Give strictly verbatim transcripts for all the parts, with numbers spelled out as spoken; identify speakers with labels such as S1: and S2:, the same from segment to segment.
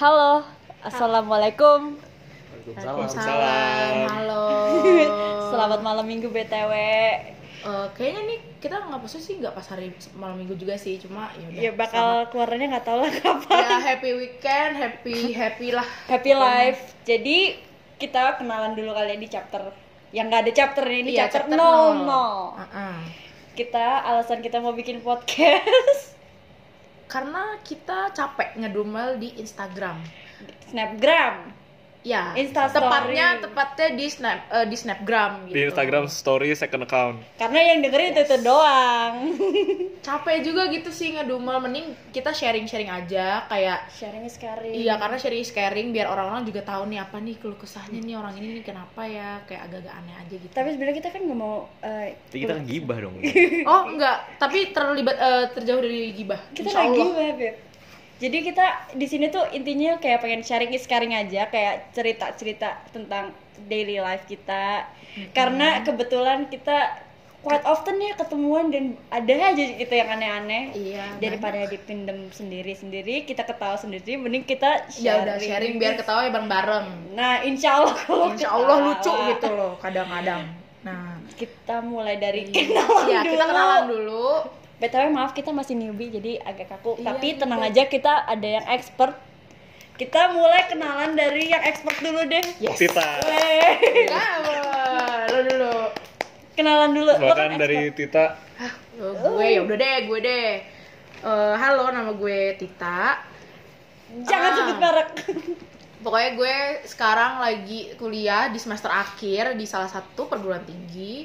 S1: Halo, assalamualaikum.
S2: Waalaikumsalam.
S3: Halo.
S1: Selamat malam minggu B T W.
S3: Uh, kayaknya nih kita nggak posisi sih nggak pas hari malam minggu juga sih, cuma ya udah.
S1: Ya bakal keluarnya nggak tahu lah kapan.
S3: Ya happy weekend, happy happy lah.
S1: Happy life. Jadi kita kenalan dulu kali ya di chapter yang nggak ada chapter ini,
S3: Iya,
S1: chapter
S3: chapter
S1: nol
S3: nol.
S1: nol.
S3: Uh-uh.
S1: Kita alasan kita mau bikin podcast
S3: Karena kita capek ngedumel di Instagram.
S1: Snapgram.
S3: Ya,
S1: Instastory.
S3: tepatnya tepatnya di snap eh, di Snapgram gitu.
S2: Di Instagram story second account.
S1: Karena yang dengerin itu itu doang.
S3: Capek juga gitu sih ngedumel, mending kita sharing-sharing aja kayak
S1: Sharing is caring.
S3: iya, karena sharing is caring biar orang-orang juga tahu nih apa nih keluh kesahnya nih orang ini nih kenapa ya, kayak agak-agak aneh aja gitu.
S1: Tapi sebenarnya kita kan nggak mau eh,
S2: Tapi kita kan gibah dong.
S3: Oh enggak, tapi terlibat eh, terjauh dari gibah.
S1: kita
S3: Insya
S1: lagi
S3: Allah.
S1: Beb. Jadi kita di sini tuh intinya kayak pengen sharing is caring aja, kayak cerita-cerita tentang daily life kita. Mm-hmm. Karena kebetulan kita quite often ya ketemuan dan ada aja gitu yang aneh-aneh.
S3: Iya.
S1: Daripada dipendem sendiri-sendiri, kita ketawa sendiri, mending kita sharing.
S3: Ya udah sharing biar ketawa ya bareng-bareng.
S1: Nah, insya Allah kalau
S3: Insya Allah
S1: ketawa.
S3: lucu gitu loh kadang-kadang. Nah,
S1: Kita mulai dari kenalan
S3: ya
S1: dulu.
S3: kita kenalan dulu.
S1: B T W maaf kita masih newbie jadi agak kaku.
S3: Iya,
S1: Tapi
S3: gitu.
S1: tenang aja, kita ada yang expert. Kita mulai kenalan dari yang expert dulu deh.
S3: Yes.
S2: Tita.
S1: Wey.
S3: Nah, lo dulu.
S1: Kenalan dulu. Lo
S2: Bahkan
S1: kan
S2: dari
S1: expert.
S2: Tita.
S3: Oh, gue ya udah deh, gue deh. Eh, halo, nama gue Tita.
S1: Jangan
S3: Ah.
S1: sebut merek.
S3: Pokoknya gue sekarang lagi kuliah di semester akhir di salah satu perguruan tinggi.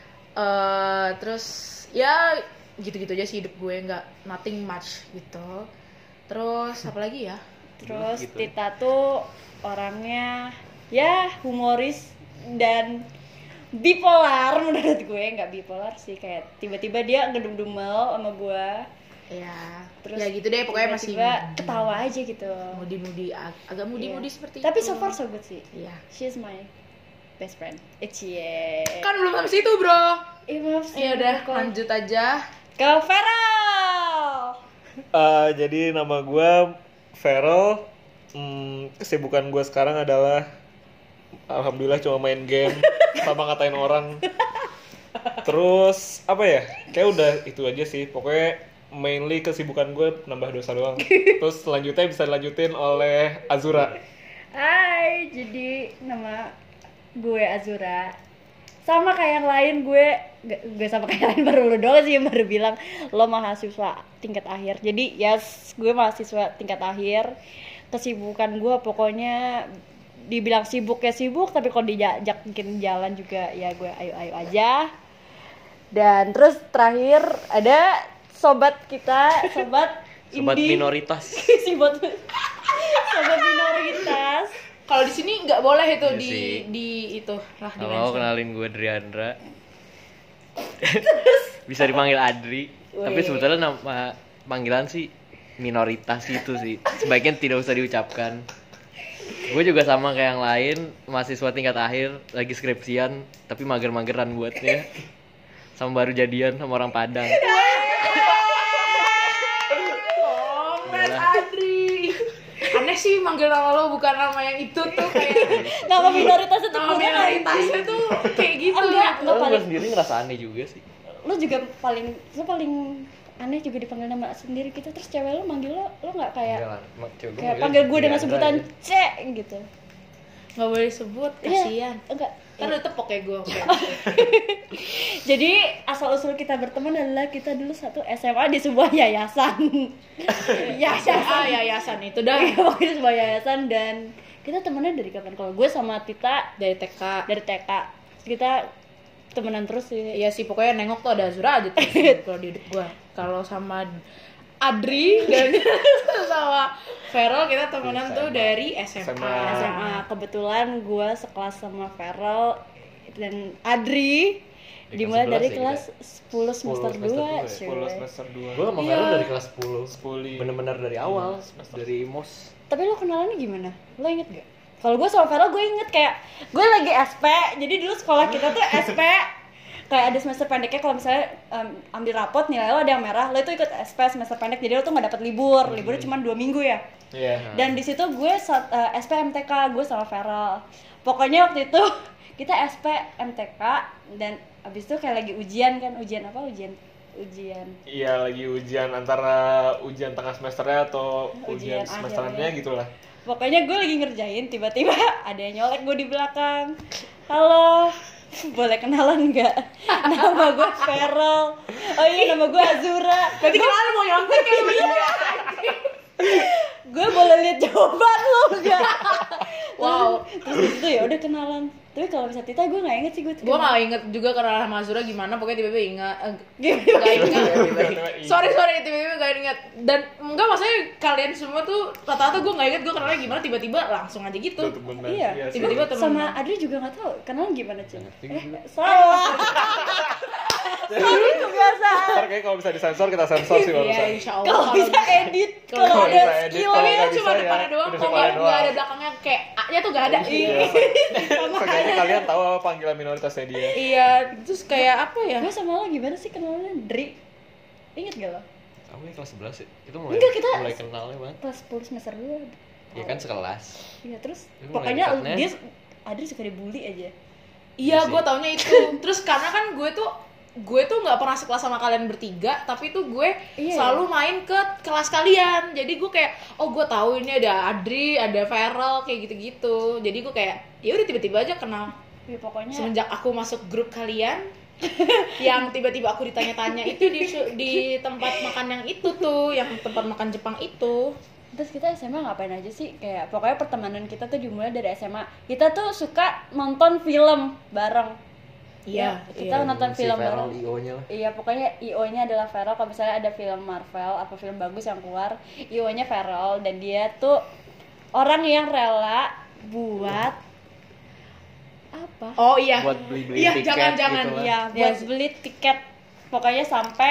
S3: Eh, terus ya gitu-gitu aja sih hidup gue, nggak nothing much gitu. Terus apa lagi ya?
S1: Terus
S2: Gitu.
S1: Tita tuh orangnya ya humoris dan bipolar menurut gue. Nggak bipolar sih, kayak tiba-tiba dia ngedum-dumel sama gue.
S3: Ya,
S1: Terus
S3: ya gitu deh pokoknya masih
S1: tiba-tiba ketawa aja gitu.
S3: mudi-mudi ag- agak mudi-mudi
S1: Iya.
S3: seperti
S1: Tapi
S3: itu.
S1: so far so good sih.
S3: Iya.
S1: She's my best friend. It's yeah.
S3: Kan belum sampai situ, Bro.
S1: Eh, maaf sih.
S3: Ya udah,
S1: Kok-
S3: lanjut aja.
S1: Ke Feral.
S2: Eh, jadi nama gue Feral. Hmm, kesibukan gue sekarang adalah alhamdulillah cuma main game sama ngatain orang. Terus apa ya? Kayak udah itu aja sih. Pokoknya mainly kesibukan gue nambah dosa doang. Terus selanjutnya bisa dilanjutin oleh Azura.
S1: Hai, jadi nama gue Azura. Sama kayak yang lain, gue gak, gue sama kayak yang lain baru lu doang sih yang baru bilang lo mahasiswa tingkat akhir. Jadi yes, gue mahasiswa tingkat akhir. Kesibukan gue pokoknya dibilang sibuk ya sibuk, tapi kalau diajak bikin jalan juga ya gue ayo-ayo aja. Dan terus terakhir ada sobat kita, sobat
S4: Sobat
S1: indie.
S4: minoritas.
S1: sobat sobat minoritas.
S3: Kalau di sini nggak boleh itu
S4: Iya
S3: di
S4: sih.
S3: di itu lah di
S4: Halo,
S3: mention.
S4: kenalin gue Driandra. Bisa dipanggil Adri. Tapi
S1: Wih.
S4: sebetulnya nama panggilan sih minoritas itu sih. Sebaiknya tidak usah diucapkan. Gue juga sama kayak yang lain, mahasiswa tingkat akhir, lagi skripsian, tapi mager-mageran buatnya. Sama baru jadian sama orang Padang.
S3: Oh, Mas Adri. Aneh sih manggil nama lo bukan nama yang itu tuh, kayak
S1: Nama minoritas itu
S3: nama
S1: bukan
S3: minoritasnya
S1: anjing.
S3: tuh kayak gitu.
S1: Enggak,
S4: Lo
S1: enggak paling.
S4: sendiri ngerasa aneh juga sih.
S1: Lu juga paling lu paling aneh juga dipanggil nama sendiri gitu. Terus cewek lu manggil lo, lu enggak kayak
S4: Enggak lah, mak- cewek gue
S1: kayak
S4: manggilnya
S1: panggil gue dengan
S4: Driandra
S1: sebutan
S4: ya.
S1: C gitu.
S3: Nggak boleh sebut,
S1: Iya,
S3: kasihan.
S1: enggak.
S3: Kan udah tepok kayak gue.
S1: Jadi asal-usul kita berteman adalah kita dulu satu S M A di sebuah yayasan. yayasan.
S3: Ah, yayasan itu dah.
S1: Iya, pokoknya sebuah yayasan dan kita temenan dari kapan? Kalau gue sama Tita
S3: Dari T K.
S1: dari T K. Kita temenan terus sih.
S3: Iya sih, pokoknya nengok tuh ada Azura aja terus kalau di hidup gue. Kalau sama Adri dan sama Feral kita temenan tuh dari S M A.
S2: S M A.
S1: S M A. Kebetulan gue sekelas sama Feral dan Adri.
S4: Di
S1: Dimulai
S4: kelas
S1: dari
S4: sebelas ya
S1: kelas sepuluh semester
S4: sepuluh semester
S1: dua,
S4: dua ya?
S2: sepuluh semester dua.
S4: Gue sama
S3: Iya.
S4: Vero dari kelas sepuluh.
S2: sepuluh.
S4: Bener-bener dari awal, dari mos.
S1: Tapi lo kenalannya gimana? Lo inget gak? Kalau gue sama Feral gue inget kayak gue lagi S P. Jadi dulu sekolah kita tuh S P. kayak ada semester pendeknya kalau misalnya um, ambil rapot nilai lo ada yang merah, lo itu ikut S P semester pendek jadi lo tuh nggak dapat libur, liburnya cuma dua minggu ya.
S2: Iya.
S1: Dan di situ gue sat- uh, S P M T K gue sama Feral. Pokoknya waktu itu kita S P M T K dan abis itu kayak lagi ujian kan, ujian apa ujian ujian
S2: Iya, lagi ujian antara ujian tengah semesternya atau ujian,
S1: Ujian
S2: semesterannya
S1: akhirnya.
S2: gitu lah.
S1: Pokoknya gue lagi ngerjain, tiba-tiba ada yang nyolek gue di belakang. Halo, boleh kenalan nggak? Nama gue Feral. Oh iya, nama gue Azura.
S3: Berarti kenalan mau nyontek ya lu ya.
S1: Gue boleh lihat jawaban lo nggak?
S3: Wow.
S1: Terus itu ya udah kenalan. Tapi kalau bisa Tita gue nggak inget sih gue.
S3: Gue gak inget juga kenalan sama Azura gimana, pokoknya tiba-tiba ingat eh,
S1: Gimana?
S3: Gak ingat
S2: Tiba-tiba ingat.
S3: Sorry, sorry, tiba-tiba gak ingat. Dan enggak, maksudnya kalian semua tuh rata-rata gue gak inget gue kenalnya gimana, tiba-tiba langsung aja gitu.
S2: Tuh, temen.
S1: Iya,
S2: sih.
S3: tiba-tiba temen.
S1: Sama Adri juga nggak tahu kenalan gimana Cin.
S4: Ngerti
S1: Eh,
S4: juga.
S1: salah. Sorry kebiasaan.
S2: Ntar kayak kalau bisa disensor kita sensor sih
S3: Iya,
S2: barusan.
S3: insya Allah.
S1: Kalau bisa edit,
S3: kalau
S1: kalau
S2: bisa
S1: ada
S2: edit,
S1: skill
S2: kalau
S3: Tapi
S2: nggak
S3: kan
S2: bisa
S3: cuma
S2: ya,
S3: depannya doang,
S2: udah
S3: kok
S2: depannya
S3: nggak
S2: doang.
S3: nggak ada belakangnya, kayak A-nya tuh gak ada.
S2: Iya. Seenggaknya kalian tahu apa panggilan minoritasnya dia.
S3: Iya, terus kayak apa ya?
S1: Gue sama lo gimana sih kenalannya? Dri. Ingat gak lo?
S4: Kamu yang kelas sebelas ya? Itu mulai
S1: Enggak, kita-
S4: mulai kenalnya banget.
S1: Kelas sepuluh semester dua.
S4: Ya kan sekelas.
S1: Iya, terus
S4: Itu mulai
S1: pokoknya
S4: dekatnya.
S1: dia Adri suka dibully aja.
S3: Iya,
S4: sih.
S3: gue taunya itu. Terus karena kan gue tuh gue tuh nggak pernah sekelas sama kalian bertiga, tapi tuh gue
S1: Iya,
S3: selalu main ke kelas kalian. Jadi gue kayak, oh gue tahu ini ada Adri, ada Feral, kayak gitu-gitu. Jadi gue kayak, ya udah tiba-tiba aja kenal.
S1: Ya pokoknya
S3: Semenjak aku masuk grup kalian, yang tiba-tiba aku ditanya-tanya itu di di tempat makan yang itu tuh, yang tempat makan Jepang itu.
S1: terus kita S M A ngapain aja sih? Kayak pokoknya pertemanan kita tuh dimulai dari S M A. Kita tuh suka nonton film bareng.
S3: Iya,
S1: Ya, kita
S3: iya.
S1: nonton
S4: Si
S1: film
S4: Feral
S1: bareng.
S4: I O-nya lah.
S1: Iya, pokoknya I O-nya adalah Feral. Kalau misalnya ada film Marvel apa film bagus yang keluar, I O-nya Feral dan dia tuh orang yang rela buat apa?
S3: Oh iya.
S4: Buat beli-beli
S3: Iya,
S4: tiket
S3: jangan-jangan.
S4: gitu lah.
S1: Iya, buat beli tiket. Pokoknya sampai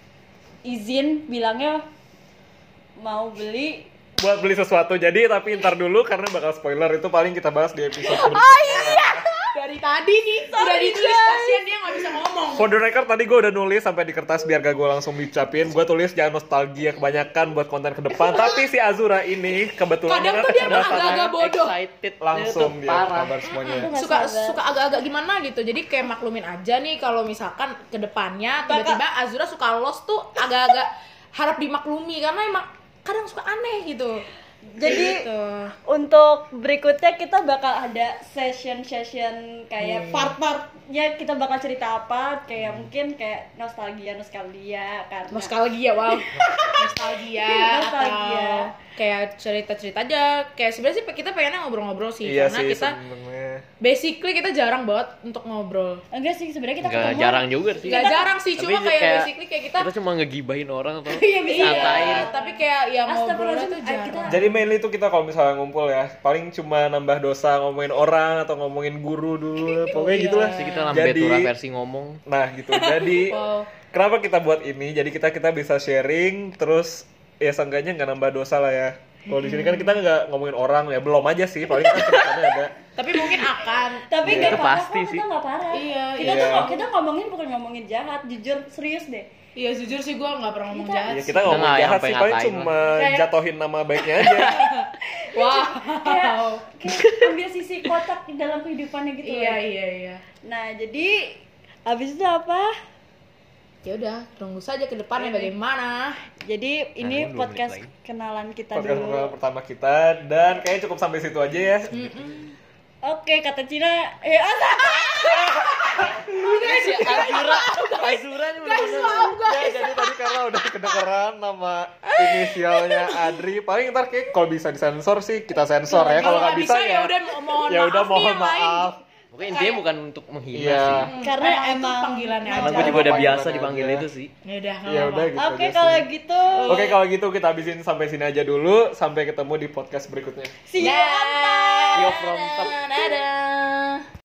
S1: izin bilangnya mau beli.
S2: Buat beli sesuatu jadi tapi ntar dulu karena bakal spoiler itu paling kita bahas di episode
S1: Oh
S2: berikutnya.
S1: iya.
S3: Dari tadi nih udah ditulis, kasihan dia nggak bisa ngomong.
S2: For the record tadi gue udah nulis sampai di kertas biar gak gue langsung diucapin. Gue tulis jangan nostalgia kebanyakan buat konten ke depan. Tapi si Azura ini kebetulan
S3: Kadang
S2: dengan
S3: tuh dia emang
S2: kecerdasannya
S3: agak-agak bodoh.
S4: Excited
S2: langsung
S4: tuh,
S2: dia
S4: parah.
S2: kabar semuanya.
S1: Aku nggak
S3: suka
S1: sabar.
S3: suka agak-agak gimana gitu, jadi kayak maklumin aja nih kalau misalkan kedepannya tiba-tiba Azura suka lost tuh agak-agak harap dimaklumi karena emang kadang suka aneh gitu.
S1: Jadi
S3: Gitu.
S1: untuk berikutnya kita bakal ada session-session kayak part-partnya kita bakal cerita apa kayak mungkin kayak nostalgia nostalgia karena
S3: Nostalgia, wow. Nostalgia
S1: Nostalgia.
S3: atau kayak cerita-cerita aja. Kayak sebenarnya sih kita pengennya ngobrol-ngobrol sih
S2: Iya
S3: karena
S2: sih
S3: kita
S2: sebenarnya.
S3: basically kita jarang banget untuk ngobrol.
S1: enggak sih sebenarnya kita
S4: Nggak
S1: ketemu
S4: jarang juga sih.
S3: Gak jarang sih,
S4: Tapi
S3: cuma kayak,
S4: kayak-
S3: basically kayak kita,
S4: Kita cuma ngegibahin orang atau
S1: Iya, bisa.
S4: ngatain.
S3: iya, tapi kayak ya ngobrolnya
S1: Astagfirullahaladzim,
S3: tuh
S1: eh,
S3: jarang.
S1: kita-
S2: Jadi mainly tuh kita kalau misalnya ngumpul ya, paling cuma nambah dosa ngomongin orang atau ngomongin guru dulu, pokoknya
S3: Iya.
S2: gitulah.
S4: Pasti kita nambah
S2: Jadi,
S4: Betura versi ngomong.
S2: nah gitu. Jadi
S3: Wow.
S2: kenapa kita buat ini? Jadi kita kita bisa sharing, terus ya seenggaknya nggak nambah dosa lah ya. Kalau di sini kan kita nggak ngomongin orang ya, belum aja sih, paling kita ceritanya ada.
S3: Tapi mungkin akan.
S1: tapi
S2: Iya,
S1: nggak
S4: itu
S1: parah
S4: pasti
S1: kok,
S4: sih.
S1: kita nggak parah
S3: Iya,
S1: kita
S2: iya.
S1: tuh kita ngomongin bukan ngomongin jahat jujur serius deh.
S3: Iya, jujur sih gue nggak pernah ngomong
S1: Kita-
S3: jahat.
S2: Ya
S3: sih.
S2: kita ngomongin
S4: nggak
S2: jahat
S4: sampai
S2: sih, paling
S4: ngatain
S2: cuma
S1: Kayak-
S2: jatohin nama baiknya aja.
S3: Wow.
S1: kayak kayak ambil sisi kotak di dalam kehidupannya gitu
S3: Iya,
S1: loh.
S3: iya, iya.
S1: Nah jadi abis itu apa?
S3: Ya udah, tunggu saja ke depannya bagaimana.
S1: Jadi ini
S4: Nah, dua menit
S1: podcast
S4: lagi.
S1: kenalan kita
S2: Podcast
S1: dulu.
S2: pertama pertama kita dan kayaknya cukup sampai situ aja ya.
S1: Oke, kata Cina, eh asa.
S4: Si Azura, Azura nih bener-bener.
S2: Ya, jadi tadi karena udah kedengeran nama inisialnya Adri, paling ntar kayak kalau bisa disensor sih kita sensor ya. Kalau nggak bisa ya,
S3: udah mohon
S2: ya udah
S3: maaf nih
S2: mohon
S3: yang lain.
S2: maaf.
S4: Pokoknya intinya bukan untuk menghina
S2: Iya.
S4: sih.
S3: Hmm,
S1: Karena
S3: itu
S1: emang
S3: panggilannya
S4: Karena
S3: aja.
S4: gue juga udah biasa
S2: Panggilan
S4: dipanggil
S2: aja.
S4: itu sih.
S3: Ya udah, nggak
S2: Ya
S3: apa-apa.
S2: udah gitu.
S1: Oke,
S2: aja
S1: kalau
S2: sih.
S1: gitu.
S2: Oke kalau gitu kita habisin sampai sini aja dulu. Sampai ketemu di podcast berikutnya.
S1: See you on
S3: Dah.
S4: See you from top.
S3: Dadah.